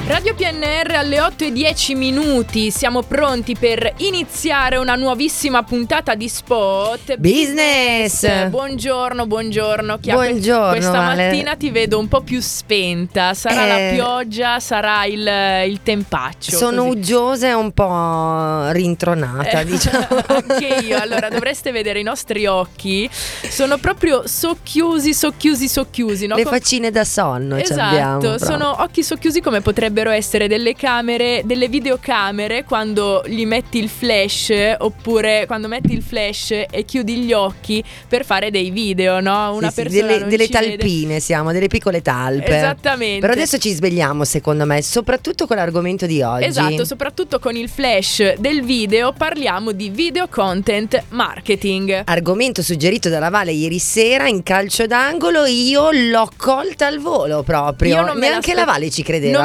Radio PNR alle 8:10, siamo pronti per iniziare una nuovissima puntata di Spot Business. Buongiorno. Buongiorno, Questa Vale. mattina ti vedo un po' più spenta. Sarà la pioggia, sarà il tempaccio. Sono così. uggiosa e un po' rintronata, diciamo. Anche io. Allora dovreste vedere i nostri occhi. Sono proprio socchiusi, no? Le faccine da sonno ci abbiamo. Esatto, proprio. sono occhi socchiusi come potrebbero essere delle camere, delle videocamere quando gli metti il flash, oppure quando metti il flash e chiudi gli occhi per fare dei video, no? Una persona non delle ci vede. talpine siamo, delle piccole talpe. Esattamente. Però adesso ci svegliamo, secondo me, soprattutto con l'argomento di oggi. Esatto, soprattutto con il flash del video parliamo di video content marketing. Argomento suggerito dalla Vale ieri sera in calcio d'angolo, io l'ho colta al volo proprio. Io non me Neanche la Vale ci credeva.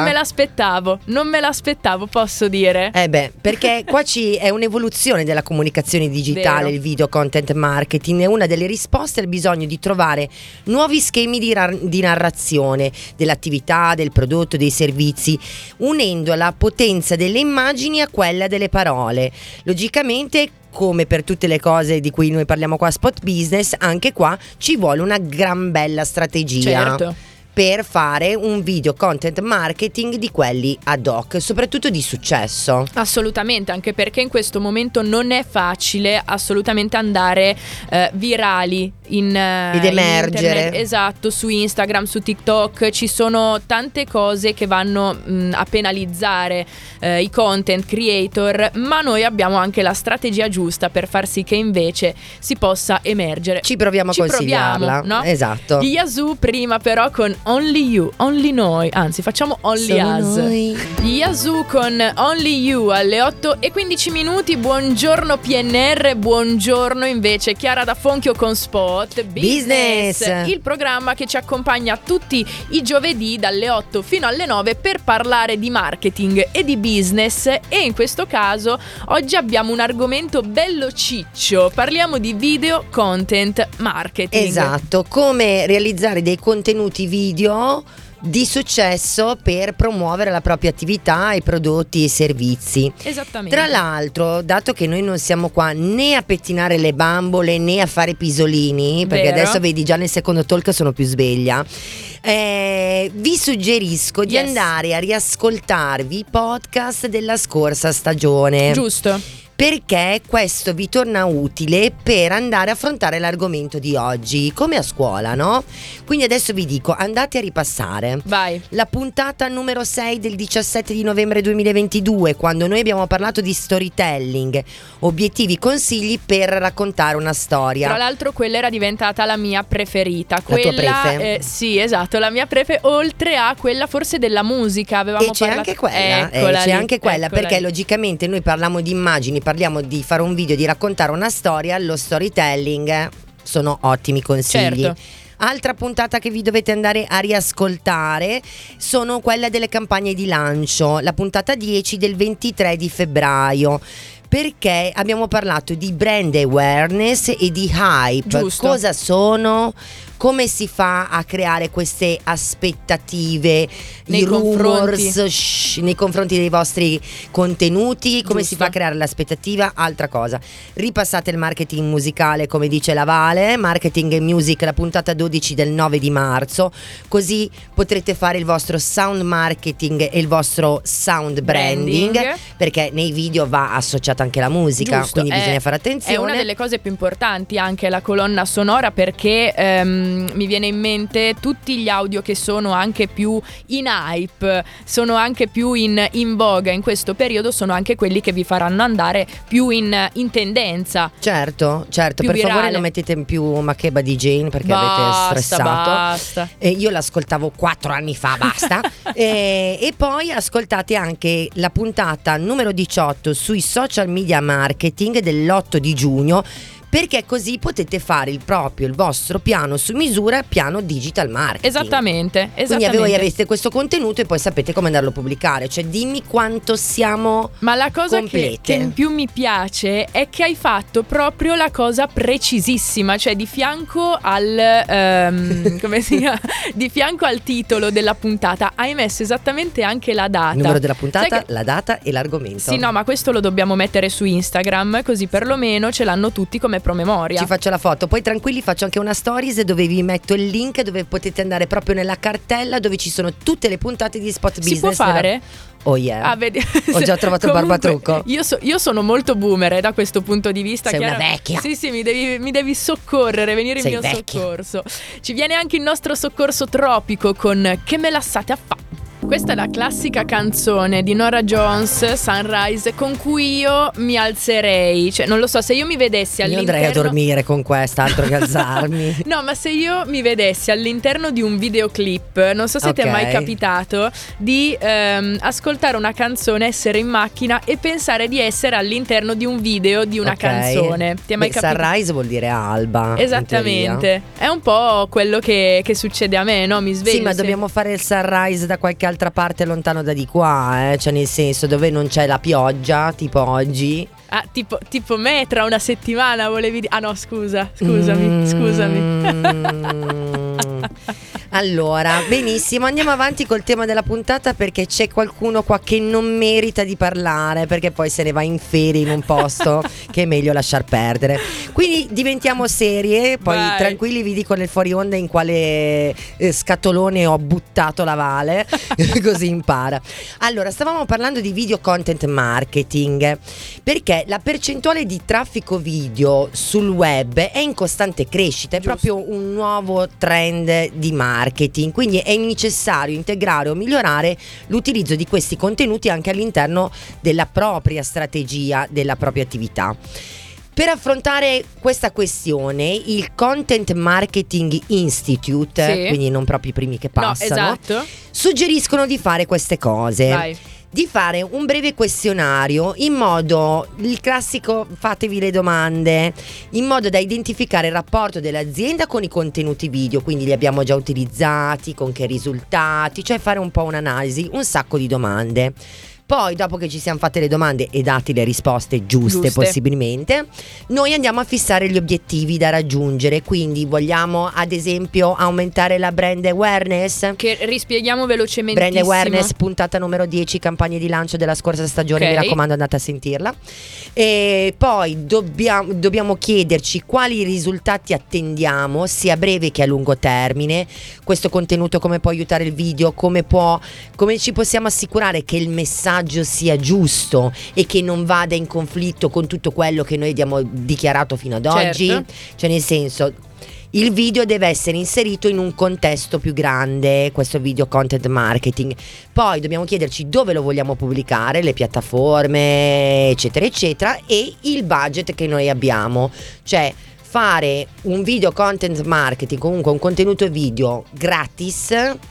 Non me l'aspettavo, posso dire. Perché qua è un'evoluzione della comunicazione digitale, Vero. il video content marketing è una delle risposte al bisogno di trovare nuovi schemi di narrazione dell'attività, del prodotto, dei servizi, unendo la potenza delle immagini a quella delle parole. Logicamente, come per tutte le cose di cui noi parliamo qua a Spot Business, anche qua ci vuole una gran bella strategia. Certo. Per fare un video content marketing di quelli ad hoc, soprattutto di successo. Assolutamente, anche perché in questo momento non è facile assolutamente andare virali ed emergere. Esatto, su Instagram, su TikTok ci sono tante cose che vanno a penalizzare i content creator, ma noi abbiamo anche la strategia giusta per far sì che invece si possa emergere. Ci proviamo a consigliarla, no? Esatto. Gli Yazoo prima però con Only You, Only Noi, anzi facciamo Only Solo Us. noi. Gli Yazoo con Only You alle 8:15. Buongiorno PNR, buongiorno invece Chiara da Fonchio con Spot Business. il programma che ci accompagna tutti i giovedì dalle 8 fino alle 9 per parlare di marketing e di business, e in questo caso oggi abbiamo un argomento bello ciccio, parliamo di video content marketing. Esatto, come realizzare dei contenuti video di successo per promuovere la propria attività, i prodotti e i servizi. Esattamente. Tra l'altro, dato che noi non siamo qua né a pettinare le bambole né a fare pisolini, perché Vero. adesso vedi già nel secondo talk sono più sveglia, vi suggerisco di andare a riascoltarvi i podcast della scorsa stagione. Giusto. Perché questo vi torna utile per andare a affrontare l'argomento di oggi, come a scuola, no? Quindi adesso vi dico, andate a ripassare Vai. la puntata numero 6 del 17 di novembre 2022, quando noi abbiamo parlato di storytelling, obiettivi, consigli per raccontare una storia. Tra l'altro quella era diventata la mia preferita. La tua Quella, prefe? sì, esatto, la mia prefe, oltre a quella forse della musica. Avevamo E c'è parlato... anche quella, Eccola c'è lì, anche quella, eccola perché lì. logicamente noi parliamo di immagini, parliamo di fare un video, di raccontare una storia, lo storytelling sono ottimi consigli. Certo. Altra puntata che vi dovete andare a riascoltare sono quella delle campagne di lancio, la puntata 10 del 23 di febbraio. Perché abbiamo parlato di brand awareness e di hype. Giusto. Cosa sono? Come si fa a creare queste aspettative, Nei i rumors confronti. nei confronti dei vostri contenuti? Come si Giusto. fa a creare l'aspettativa? Altra cosa, ripassate il marketing musicale, come dice la Vale, marketing e music, la puntata 12 del 9 di marzo, così potrete fare il vostro sound marketing e il vostro sound branding, perché nei video va associata anche la musica. Giusto, quindi bisogna fare attenzione. È una delle cose più importanti anche la colonna sonora, perché mi viene in mente tutti gli audio che sono anche più in hype, sono anche più in voga in questo periodo, sono anche quelli che vi faranno andare più in tendenza. Certo, Più per favore virale. non mettete più Makeba di Jane perché Basta, avete stressato. basta. Io l'ascoltavo 4 anni fa, basta. E poi ascoltate anche la puntata numero 18 sui social media marketing dell'8 di giugno, perché così potete fare il vostro piano su misura, piano digital marketing. Esattamente. Quindi voi avete questo contenuto e poi sapete come andarlo a pubblicare. Cioè dimmi quanto siamo Ma la cosa complete. che in più mi piace è che hai fatto proprio la cosa precisissima, cioè di fianco al come si chiama? Di fianco al titolo della puntata hai messo esattamente anche la data. Il numero della puntata, Sai che... la data e l'argomento. Sì, no, ma questo lo dobbiamo mettere su Instagram, così perlomeno ce l'hanno tutti come promemoria. Ci faccio la foto, poi tranquilli faccio anche una stories dove vi metto il link dove potete andare proprio nella cartella dove ci sono tutte le puntate di Spot Business. Si può fare? Oh yeah. Ah, vedi. Ho già trovato il barbatrucco. Io sono molto boomer da questo punto di vista. Sei una vecchia. Sì, mi devi soccorrere, venire in mio soccorso. Ci viene anche il nostro soccorso tropico con Che me lassate a fa'. Questa è la classica canzone di Norah Jones, Sunrise, con cui io mi alzerei. Cioè, non lo so, se io mi vedessi all'interno... Io andrei a dormire con questa, altro che alzarmi. No, ma se io mi vedessi all'interno di un videoclip, non so se ti è mai capitato di ascoltare una canzone, essere in macchina e pensare di essere all'interno di un video di una canzone. Ti è mai capitato? Sunrise vuol dire alba. Esattamente. È un po' quello che succede a me, no? Mi sveglio. Sì, ma dobbiamo fare il sunrise da qualche altra parte lontano da di qua, cioè nel senso dove non c'è la pioggia, tipo oggi. Ah, tipo me tra una settimana volevi dire. Ah no, scusami. Allora, benissimo, andiamo avanti col tema della puntata perché c'è qualcuno qua che non merita di parlare perché poi se ne va in ferie in un posto che è meglio lasciar perdere. Quindi diventiamo serie, poi Vai. Tranquilli vi dico nel fuori onda in quale scatolone ho buttato la Vale, così impara. Allora, stavamo parlando di video content marketing perché la percentuale di traffico video sul web è in costante crescita, è proprio un nuovo trend di marketing, quindi è necessario integrare o migliorare l'utilizzo di questi contenuti anche all'interno della propria strategia, della propria attività. Per affrontare questa questione, il Content Marketing Institute, quindi non proprio i primi che passano, suggeriscono di fare queste cose. Vai. Di fare un breve questionario in modo, il classico fatevi le domande, in modo da identificare il rapporto dell'azienda con i contenuti video, quindi li abbiamo già utilizzati, con che risultati, cioè fare un po' un'analisi, un sacco di domande. Poi dopo che ci siamo fatte le domande e dati le risposte giuste possibilmente, noi andiamo a fissare gli obiettivi da raggiungere. Quindi vogliamo ad esempio aumentare la brand awareness, che rispieghiamo velocemente. Brand awareness, puntata numero 10, campagna di lancio della scorsa stagione, mi raccomando andate a sentirla. E poi dobbiamo chiederci quali risultati attendiamo sia a breve che a lungo termine. Questo contenuto come può aiutare il video, come ci possiamo assicurare che il messaggio sia giusto e che non vada in conflitto con tutto quello che noi abbiamo dichiarato fino ad oggi. Cioè nel senso, il video deve essere inserito in un contesto più grande, questo video content marketing. Poi dobbiamo chiederci dove lo vogliamo pubblicare, le piattaforme, eccetera eccetera, e il budget che noi abbiamo. Cioè fare un video content marketing, comunque un contenuto video gratis,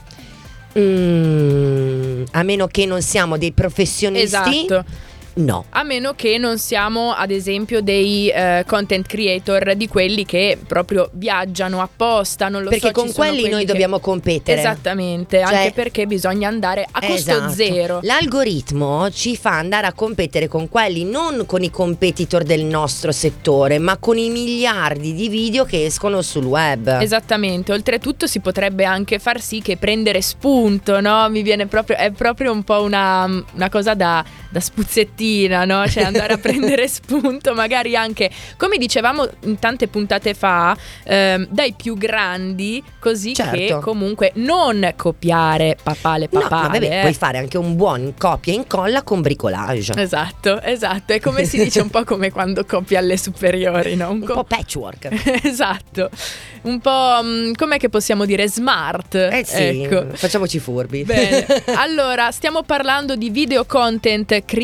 a meno che non siamo dei professionisti. No. A meno che non siamo ad esempio dei content creator di quelli che proprio viaggiano apposta, non lo so. Perché con quelli noi dobbiamo competere. Esattamente, cioè, anche perché bisogna andare a costo zero. L'algoritmo ci fa andare a competere con quelli, non con i competitor del nostro settore, ma con i miliardi di video che escono sul web. Esattamente, oltretutto si potrebbe anche far sì che prendere spunto, no? Mi viene proprio, è proprio un po' una cosa da spuzzettino, no? Cioè andare a prendere spunto magari anche, come dicevamo in tante puntate fa, dai più grandi, così che comunque non copiare papale. No, vabbè, puoi fare anche un buon copia e incolla con bricolage. Esatto, è come si dice un po' come quando copi alle superiori, no? Un po' patchwork. Esatto, un po' com'è che possiamo dire, smart. Sì, ecco. Facciamoci furbi. Bene, allora stiamo parlando di video content creator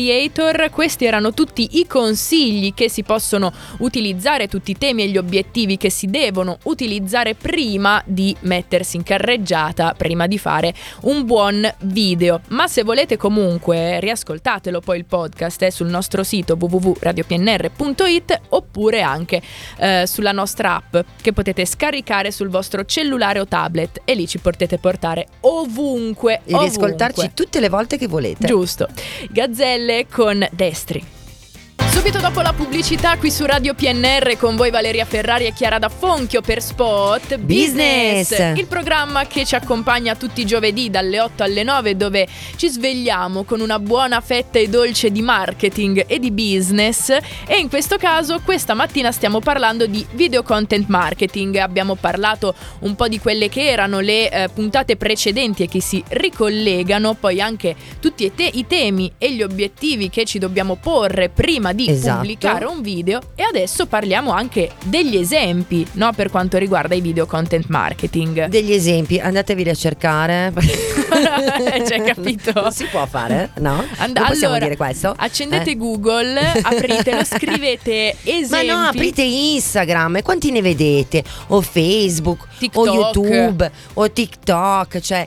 Creator. Questi erano tutti i consigli che si possono utilizzare, tutti i temi e gli obiettivi che si devono utilizzare prima di mettersi in carreggiata, prima di fare un buon video. Ma se volete comunque riascoltatelo poi il podcast sul nostro sito www.radiopnr.it, oppure anche sulla nostra app che potete scaricare sul vostro cellulare o tablet, e lì ci potete portare ovunque e riascoltarci tutte le volte che volete. Giusto. Gazzelle con Destri. Subito dopo la pubblicità qui su Radio PNR con voi Valeria Ferrari e Chiara D'Affonchio per Spot Business, il programma che ci accompagna tutti i giovedì dalle 8 alle 9, dove ci svegliamo con una buona fetta e dolce di marketing e di business. E in questo caso questa mattina stiamo parlando di video content marketing. Abbiamo parlato un po' di quelle che erano le puntate precedenti e che si ricollegano, poi anche tutti i temi e gli obiettivi che ci dobbiamo porre prima di pubblicare un video, e adesso parliamo anche degli esempi, no, per quanto riguarda i video content marketing. Degli esempi, andatevi a cercare. Cioè, capito? Non si può fare, no? Non possiamo allora, dire questo. Accendete Google, apritelo, scrivete esempi. Ma no, aprite Instagram, e quanti ne vedete? O Facebook, TikTok, o YouTube, o TikTok, cioè,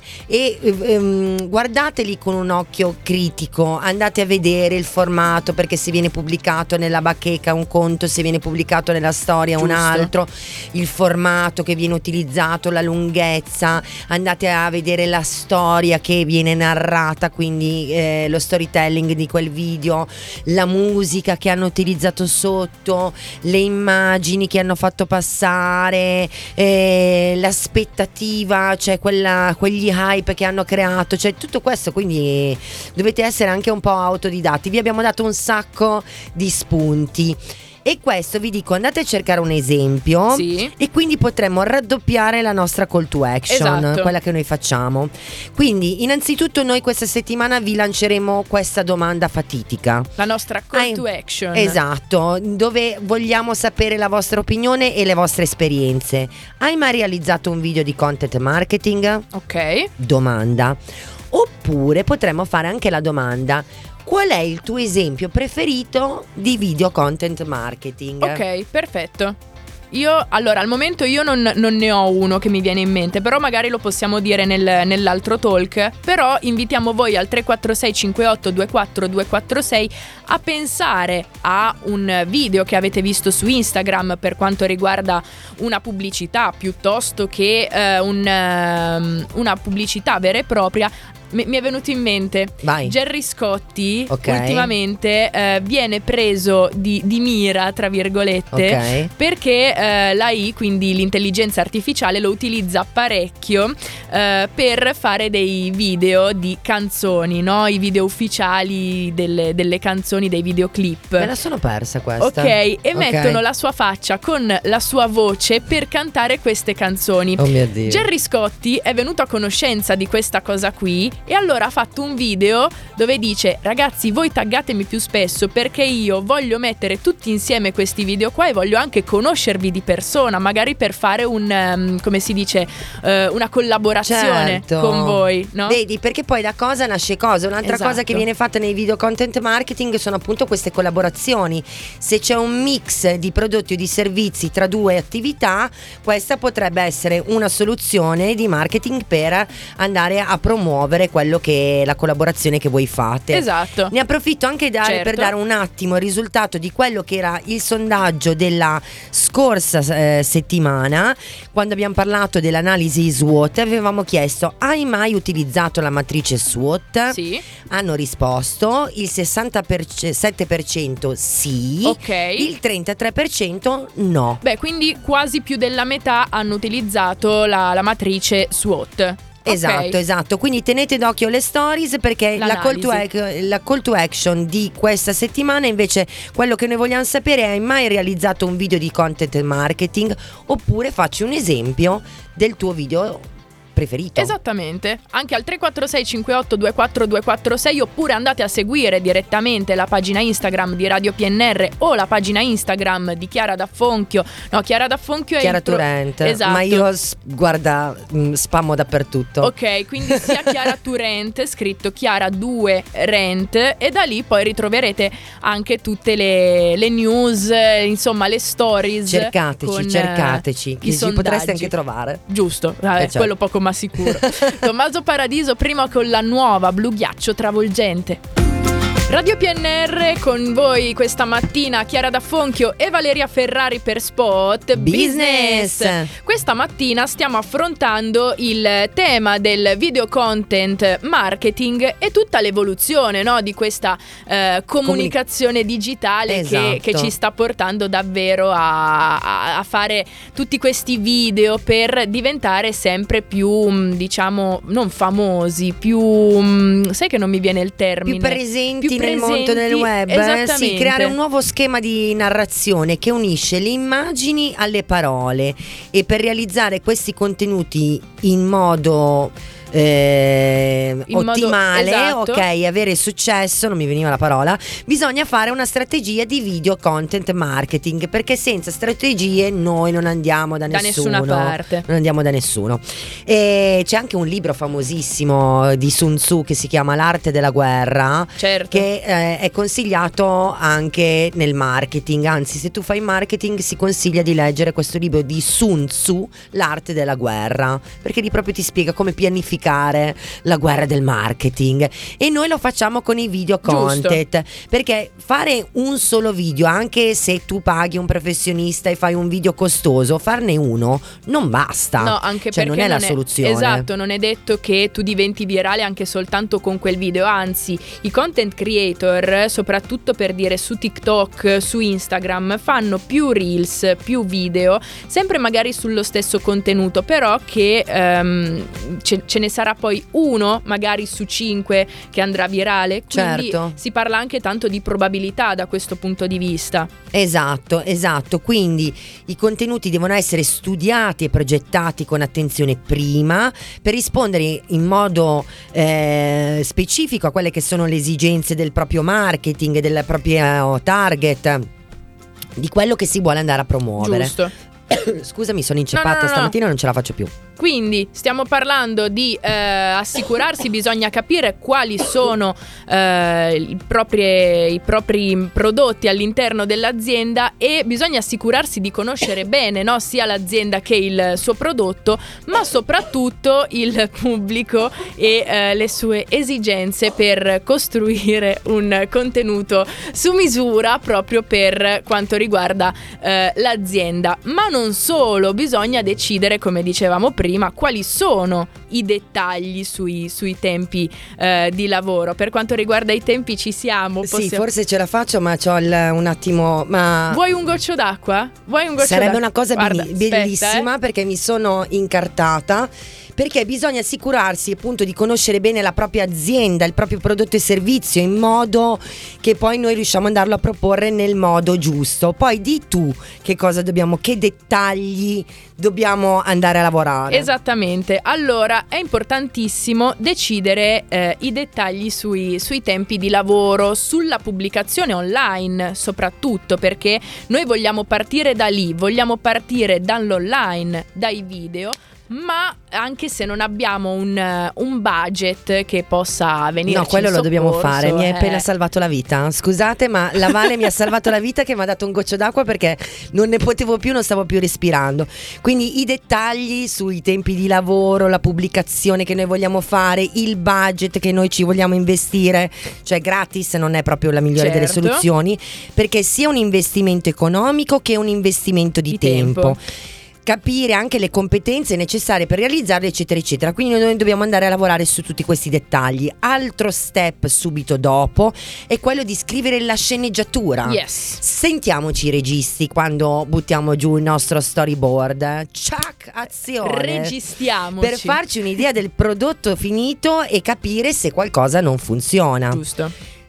e guardateli con un occhio critico, andate a vedere il formato, perché se viene pubblicato nella bacheca un conto, se viene pubblicato nella storia un altro, il formato che viene utilizzato, la lunghezza, andate a vedere la storia che viene narrata, quindi lo storytelling di quel video, la musica che hanno utilizzato sotto, le immagini che hanno fatto passare, l'aspettativa, cioè quegli hype che hanno creato, cioè tutto questo. Quindi dovete essere anche un po' autodidatti. Vi abbiamo dato un sacco di spunti, e questo vi dico, andate a cercare un esempio, e quindi potremmo raddoppiare la nostra call to action, quella che noi facciamo. Quindi innanzitutto noi questa settimana vi lanceremo questa domanda fatidica, la nostra call to action, esatto, dove vogliamo sapere la vostra opinione e le vostre esperienze. Hai mai realizzato un video di content marketing? Ok. Domanda. Oppure potremmo fare anche la domanda: qual è il tuo esempio preferito di video content marketing? Ok, perfetto. Allora, al momento io non ne ho uno che mi viene in mente, però magari lo possiamo dire nell'altro talk. Però invitiamo voi al 346 58 24 246 a pensare a un video che avete visto su Instagram per quanto riguarda una pubblicità, piuttosto che una pubblicità vera e propria. Mi è venuto in mente Gerry Scotti, ultimamente viene preso di mira, tra virgolette, perché l'AI, quindi l'intelligenza artificiale, lo utilizza parecchio per fare dei video di canzoni, no? I video ufficiali delle canzoni, dei videoclip. Me la sono persa questa. E mettono la sua faccia con la sua voce per cantare queste canzoni. Oh mio Dio. Gerry Scotti è venuto a conoscenza di questa cosa qui, e allora ha fatto un video dove dice: ragazzi, voi taggatemi più spesso, perché io voglio mettere tutti insieme questi video qua e voglio anche conoscervi di persona, magari per fare come si dice, una collaborazione con voi, no? Vedi, perché poi da cosa nasce cosa. Un'altra cosa che viene fatta nei video content marketing sono appunto queste collaborazioni. Se c'è un mix di prodotti o di servizi tra due attività, questa potrebbe essere una soluzione di marketing per andare a promuovere quello che è la collaborazione che voi fate. Esatto. Ne approfitto anche per dare un attimo il risultato di quello che era il sondaggio della scorsa settimana, quando abbiamo parlato dell'analisi SWOT. Avevamo chiesto: hai mai utilizzato la matrice SWOT? Sì. Hanno risposto il 67% sì, il 33% no. Beh, quindi quasi più della metà hanno utilizzato la matrice SWOT. Esatto. Quindi tenete d'occhio le stories, perché la call to action di questa settimana invece, quello che noi vogliamo sapere è: hai mai realizzato un video di content marketing? Oppure facci un esempio del tuo video preferito. Esattamente, anche al 346 58 24 246, oppure andate a seguire direttamente la pagina Instagram di Radio PNR o la pagina Instagram di Chiara D'Affonchio. No, Chiara D'Affonchio è Chiara Turente. Esatto. Ma io guarda, spammo dappertutto. Ok, quindi sia Chiara Turente, scritto Chiara 2 Rent, e da lì poi ritroverete anche tutte le news, insomma le stories. Cercateci, che ci potreste anche trovare. Giusto, certo. Quello poco ma sicuro. Tommaso Paradiso prima con la nuova Blu Ghiaccio Travolgente. Radio PNR con voi questa mattina, Chiara D'Affonchio e Valeria Ferrari per Spot Business. Questa mattina stiamo affrontando il tema del video content marketing e tutta l'evoluzione, no, di questa comunicazione digitale, esatto, che ci sta portando davvero a fare tutti questi video per diventare sempre più, diciamo, non famosi, più, sai che non mi viene il termine, più presenti nel mondo del web. Sì, creare un nuovo schema di narrazione che unisce le immagini alle parole, e per realizzare questi contenuti in modo ottimale, esatto, ok, avere successo, non mi veniva la parola, bisogna fare una strategia di video content marketing, perché senza strategie noi non andiamo da nessuno, nessuna parte. Non andiamo da nessuno. E c'è anche un libro famosissimo di Sun Tzu che si chiama L'arte della guerra, certo, che è consigliato anche nel marketing. Anzi, se tu fai marketing si consiglia di leggere questo libro di Sun Tzu, L'arte della guerra, perché lì proprio ti spiega come pianificare la guerra del marketing. E noi lo facciamo con i video content, perché fare un solo video, anche se tu paghi un professionista e fai un video costoso, farne uno non basta. No, anche cioè, perché non è la soluzione. Esatto, non è detto che tu diventi virale anche soltanto con quel video. Anzi, i content creator, soprattutto per dire su TikTok, su Instagram, fanno più reels, più video, sempre magari sullo stesso contenuto, però che ce ne sarà poi uno magari su 5 che andrà virale. Quindi certo, si parla anche tanto di probabilità da questo punto di vista. Esatto. Quindi i contenuti devono essere studiati e progettati con attenzione prima, per rispondere in modo specifico a quelle che sono le esigenze del proprio marketing, del proprio target, di quello che si vuole andare a promuovere. Giusto. Scusa, mi sono inceppata, No. stamattina non ce la faccio più. Quindi stiamo parlando di assicurarsi, bisogna capire quali sono i propri prodotti all'interno dell'azienda, e bisogna assicurarsi di conoscere bene, no, sia l'azienda che il suo prodotto, ma soprattutto il pubblico e le sue esigenze, per costruire un contenuto su misura proprio per quanto riguarda l'azienda. Ma non solo, bisogna decidere, come dicevamo prima, quali sono i dettagli sui tempi di lavoro. Per quanto riguarda i tempi ci siamo. Sì, forse ce la faccio, ma c'ho un attimo. Ma vuoi un goccio d'acqua? Sarebbe una cosa Guarda, bellissima, perché mi sono incartata. Perché bisogna assicurarsi appunto di conoscere bene la propria azienda, il proprio prodotto e servizio, in modo che poi noi riusciamo ad andarlo a proporre nel modo giusto. Poi di tu che dettagli dobbiamo andare a lavorare. Esattamente. Allora è importantissimo decidere i dettagli sui tempi di lavoro, sulla pubblicazione online soprattutto, perché noi vogliamo partire da lì, vogliamo partire dall'online, dai video. Ma anche se non abbiamo un budget che possa venire, no, quello lo dobbiamo fare. Mi hai appena salvato la vita. Scusate, ma la Vale mi ha salvato la vita, che mi ha dato un goccio d'acqua, perché non ne potevo più, non stavo più respirando. Quindi i dettagli sui tempi di lavoro, la pubblicazione che noi vogliamo fare, il budget che noi ci vogliamo investire, cioè gratis non è proprio la migliore delle soluzioni, perché sia un investimento economico che un investimento di tempo. Capire anche le competenze necessarie per realizzarle, eccetera eccetera. Quindi noi dobbiamo andare a lavorare su tutti questi dettagli. Altro step subito dopo è quello di scrivere la sceneggiatura. Yes. Sentiamoci i registi quando buttiamo giù il nostro storyboard. Ciak, azione. Registiamoci per farci un'idea del prodotto finito e capire se qualcosa non funziona. Giusto.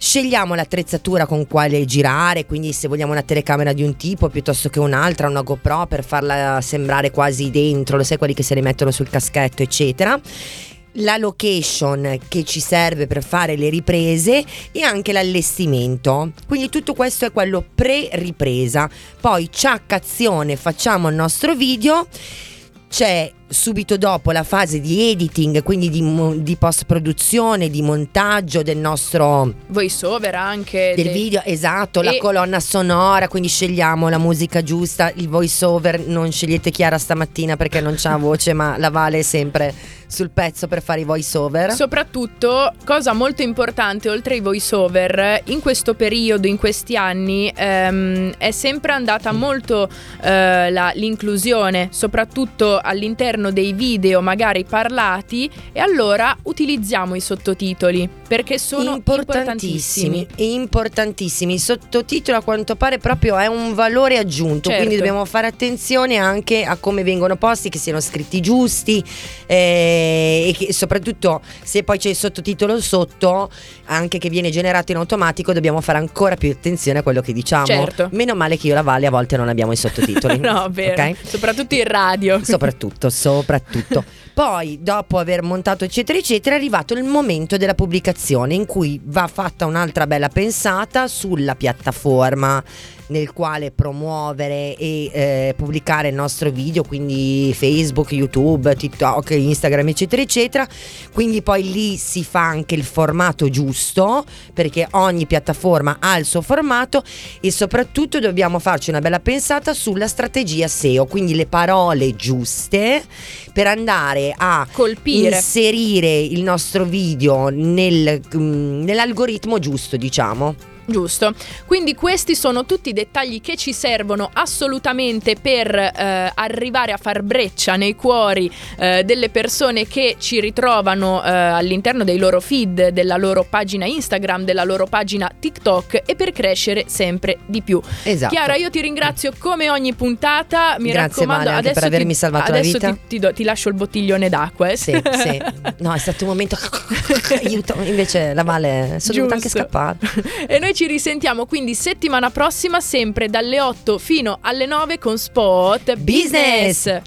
Scegliamo l'attrezzatura con quale girare, quindi se vogliamo una telecamera di un tipo piuttosto che un'altra, una GoPro per farla sembrare quasi dentro, lo sai, quelli che se le mettono sul caschetto eccetera. La location che ci serve per fare le riprese e anche l'allestimento, quindi tutto questo è quello pre-ripresa. Poi ciak azione, facciamo il nostro video. C'è subito dopo la fase di editing, quindi di post produzione, di montaggio del nostro voice over anche del video, esatto, la colonna sonora, quindi scegliamo la musica giusta, il voice over. Non scegliete Chiara stamattina perché non c'ha voce, ma la Vale è sempre sul pezzo per fare i voice over. Soprattutto, cosa molto importante oltre ai voice over, in questo periodo, in questi anni è sempre andata molto l'inclusione, soprattutto all'interno dei video magari parlati, e allora utilizziamo i sottotitoli perché sono importantissimi. Importantissimi. I sottotitoli a quanto pare proprio è un valore aggiunto, certo. Quindi dobbiamo fare attenzione anche a come vengono posti, che siano scritti giusti e che soprattutto se poi c'è il sottotitolo sotto, anche che viene generato in automatico, dobbiamo fare ancora più attenzione a quello che diciamo. Certo. Meno male che io e la Vale a volte non abbiamo i sottotitoli. No, vero. Okay? Soprattutto in radio. Soprattutto. Poi dopo aver montato eccetera eccetera è arrivato il momento della pubblicazione, in cui va fatta un'altra bella pensata sulla piattaforma nel quale promuovere e pubblicare il nostro video, quindi Facebook, YouTube, TikTok, Instagram eccetera eccetera. Quindi poi lì si fa anche il formato giusto, perché ogni piattaforma ha il suo formato, e soprattutto dobbiamo farci una bella pensata sulla strategia SEO, quindi le parole giuste per andare a colpire, inserire il nostro video nell'algoritmo giusto, diciamo. Giusto, quindi questi sono tutti i dettagli che ci servono assolutamente per arrivare a far breccia nei cuori delle persone che ci ritrovano all'interno dei loro feed, della loro pagina Instagram, della loro pagina TikTok, e per crescere sempre di più. Esatto. Chiara, io ti ringrazio come ogni puntata, mi Grazie, raccomando, Vale, per avermi salvato la vita. Adesso ti lascio il bottiglione d'acqua. Sì. No, è stato un momento aiuto, invece la Vale sono dovuta anche scappare. E noi ci risentiamo quindi settimana prossima, sempre dalle 8 fino alle 9 con Spot Business.